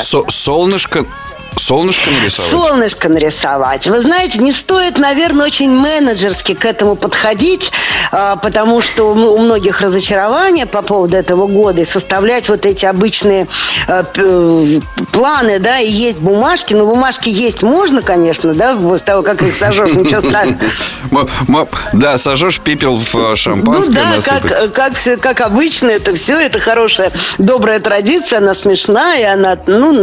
Солнышко нарисовать? Солнышко нарисовать. Вы знаете, не стоит, наверное, очень менеджерски к этому подходить, потому что у многих разочарования по поводу этого года, и составлять вот эти обычные планы, да, и есть бумажки. Но бумажки есть можно, конечно, да, после того, как их сожжешь, ничего страшного. Да, сожжешь пепел в шампанское. Ну да, как обычно, это все, это хорошая, добрая традиция, она смешная, она,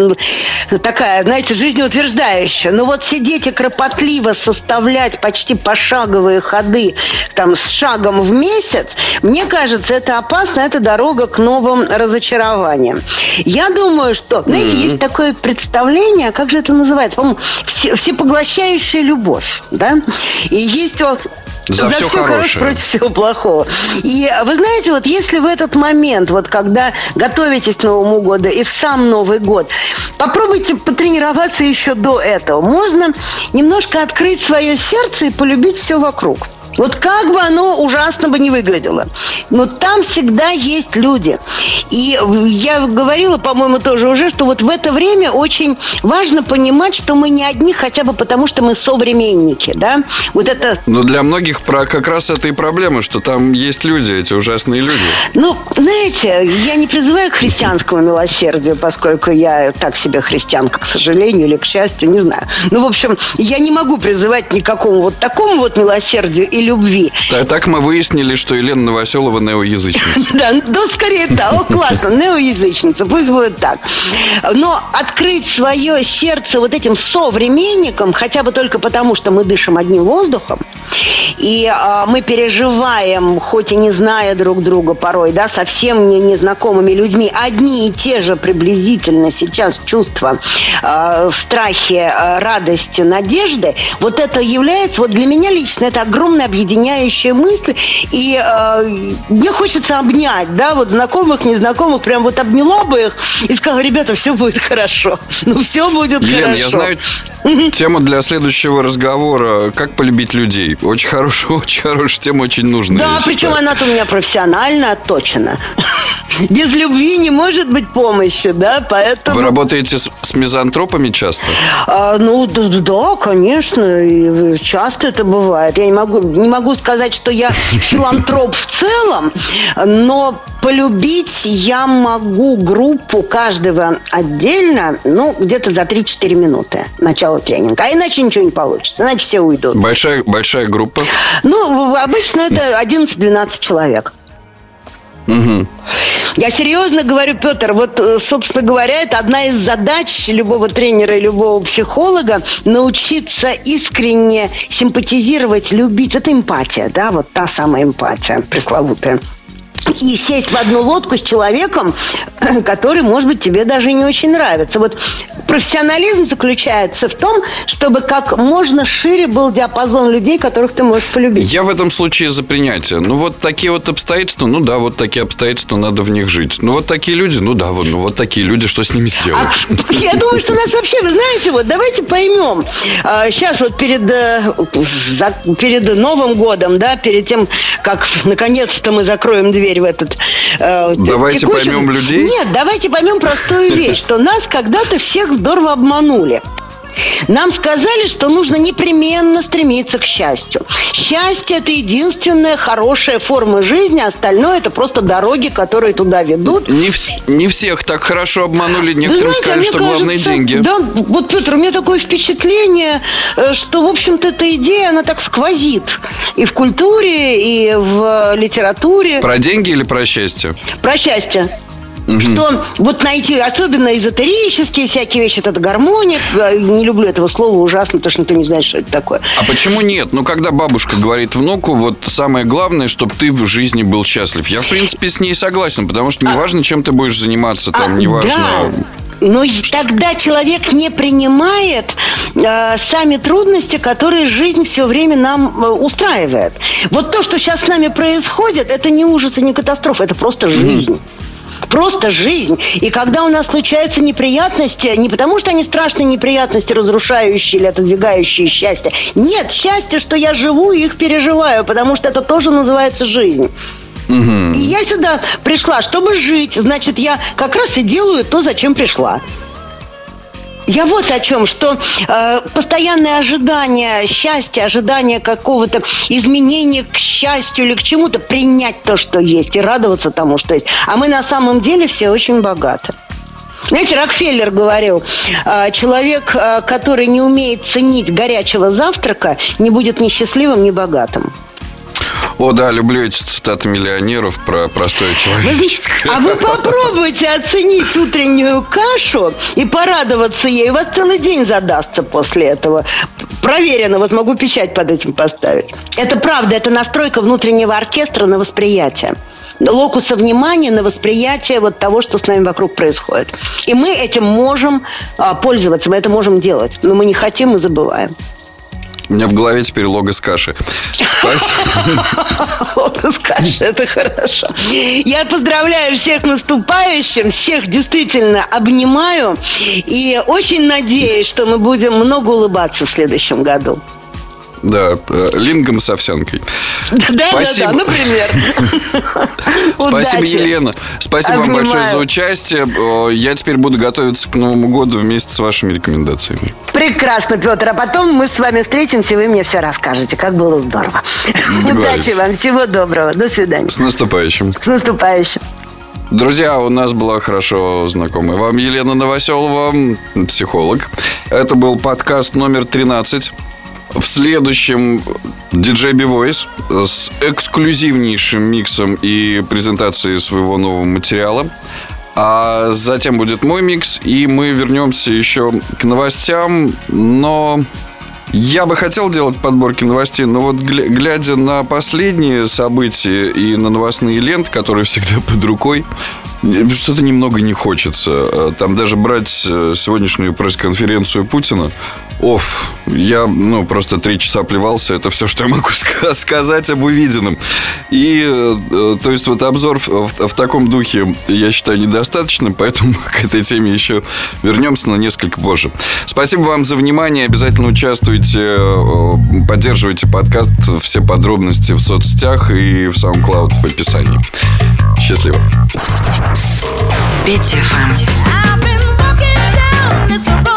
такая, знаете, жизнеутверждающая. Но вот сидеть и кропотливо составлять почти пошаговые ходы там с шагом в месяц, мне кажется, это опасно, это дорога к новым разочарованиям. Я думаю, что, знаете, есть такое представление, как же это называется? По-моему, всепоглощающая любовь, да? И есть за все хорошее против всего плохого. И вы знаете, вот если в этот момент, вот когда готовитесь к Новому году и в сам Новый год, попробуйте потренироваться еще до этого. Можно немножко открыть свое сердце и полюбить все вокруг. Вот как бы оно ужасно бы не выглядело, но там всегда есть люди. И я говорила, по-моему, тоже уже, что вот в это время очень важно понимать, что мы не одни, хотя бы потому, что мы современники, да? Вот это... Но для многих как раз это и проблема, что там есть люди, эти ужасные люди. Ну, знаете, я не призываю к христианскому милосердию, поскольку я так себе христианка, к сожалению, или к счастью, не знаю. Ну, в общем, я не могу призывать ни к какому вот такому вот милосердию и любви. Так мы выяснили, что Елена Новоселова неоязычница. Да, ну скорее так. О, классно, неоязычница, пусть будет так. Но открыть свое сердце вот этим современникам, хотя бы только потому, что мы дышим одним воздухом, и мы переживаем, хоть и не зная друг друга порой, да, совсем незнакомыми людьми, одни и те же приблизительно сейчас чувства страхи, радости, надежды, вот это является, вот для меня лично, это огромная объединяющая мысль, и мне хочется обнять, да, вот знакомых, незнакомых, прям вот обняла бы их и сказала: ребята, все будет хорошо, все будет Елена, хорошо. Я знаю тему для следующего разговора: как полюбить людей. Очень хорошая тема, очень нужная. Да, причем она-то у меня профессионально отточена. Без любви не может быть помощи, да, поэтому... Вы работаете с мизантропами часто? Да, конечно, и часто это бывает. Я не могу сказать, что я филантроп в целом, но полюбить я могу группу каждого отдельно, где-то за 3-4 минуты начала тренинга. А иначе ничего не получится, иначе все уйдут. Большая группа? Обычно это 11-12 человек. Угу. Я серьезно говорю, Петр, собственно говоря, это одна из задач любого тренера и любого психолога – научиться искренне симпатизировать, любить. Это эмпатия, да, та самая эмпатия пресловутая. И сесть в одну лодку с человеком, который, может быть, тебе даже не очень нравится. Профессионализм заключается в том, чтобы как можно шире был диапазон людей, которых ты можешь полюбить. Я в этом случае за принятие. Такие обстоятельства, такие обстоятельства, надо в них жить. Такие люди, такие люди, что с ними сделаешь? Я думаю, что нас вообще, вы знаете, давайте поймем. Сейчас перед Новым годом, да, перед тем, как наконец-то мы закроем дверь в этот давайте поймем людей? Нет, давайте поймем простую вещь, что нас когда-то всех здорово обманули. Нам сказали, что нужно непременно стремиться к счастью. Счастье – это единственная хорошая форма жизни, а остальное – это просто дороги, которые туда ведут. Не всех так хорошо обманули. Некоторым сказали, что главное деньги. Да, Петр, у меня такое впечатление, что, в общем-то, эта идея, она так сквозит. И в культуре, и в литературе. Про деньги или про счастье? Про счастье. Что найти, особенно эзотерические всякие вещи, это гармония. Не люблю этого слова, ужасно, потому что никто не знает, что это такое. А почему нет? Когда бабушка говорит внуку, самое главное, чтобы ты в жизни был счастлив. Я, в принципе, с ней согласен, потому что неважно, чем ты будешь заниматься, неважно... Да. Но тогда человек не принимает сами трудности, которые жизнь все время нам устраивает. То, что сейчас с нами происходит, это не ужас и не катастрофа, это просто жизнь. Просто жизнь. И когда у нас случаются неприятности, не потому что они страшные неприятности, разрушающие или отодвигающие счастье. Нет, счастье, что я живу и их переживаю, потому что это тоже называется жизнь. И я сюда пришла, чтобы жить. Значит, я как раз и делаю то, зачем пришла. Я о чем, что постоянное ожидание счастья, ожидание какого-то изменения к счастью или к чему-то, принять то, что есть, и радоваться тому, что есть. А мы на самом деле все очень богаты. Знаете, Рокфеллер говорил, человек, который не умеет ценить горячего завтрака, не будет ни счастливым, ни богатым. О, да, люблю эти цитаты миллионеров про простое человеческое. А вы попробуйте оценить утреннюю кашу и порадоваться ей. У вас целый день задастся после этого. Проверено, могу печать под этим поставить. Это правда, это настройка внутреннего оркестра на восприятие. Локуса внимания на восприятие того, что с нами вокруг происходит. И мы этим можем пользоваться, мы это можем делать. Но мы не хотим, мы забываем. У меня в голове теперь лого с каши. Спасибо. Лого с каши, это хорошо. Я поздравляю всех наступающим, всех действительно обнимаю. И очень надеюсь, что мы будем много улыбаться в следующем году. Да, лингом с овсянкой. Да, например. Спасибо, Елена. Спасибо вам большое за участие. Я теперь буду готовиться к Новому году вместе с вашими рекомендациями. Прекрасно, Петр. А потом мы с вами встретимся, и вы мне все расскажете, как было здорово. Удачи вам, всего доброго. До свидания. С наступающим. С наступающим. Друзья, у нас была хорошо знакомая вам Елена Новоселова, психолог. Это был подкаст номер 13. В следующем DJ B-Voice с эксклюзивнейшим миксом и презентацией своего нового материала. А затем будет мой микс, и мы вернемся еще к новостям. Но я бы хотел делать подборки новостей, но глядя на последние события и на новостные ленты, которые всегда под рукой, что-то немного не хочется. Там даже брать сегодняшнюю пресс-конференцию Путина. Я просто 3 часа плевался. Это все, что я могу сказать об увиденном. И, то есть, обзор в таком духе, я считаю, недостаточно. Поэтому к этой теме еще вернемся, но несколько позже. Спасибо вам за внимание. Обязательно участвуйте, поддерживайте подкаст. Все подробности в соцсетях и в SoundCloud в описании. Счастливо. Петя FM.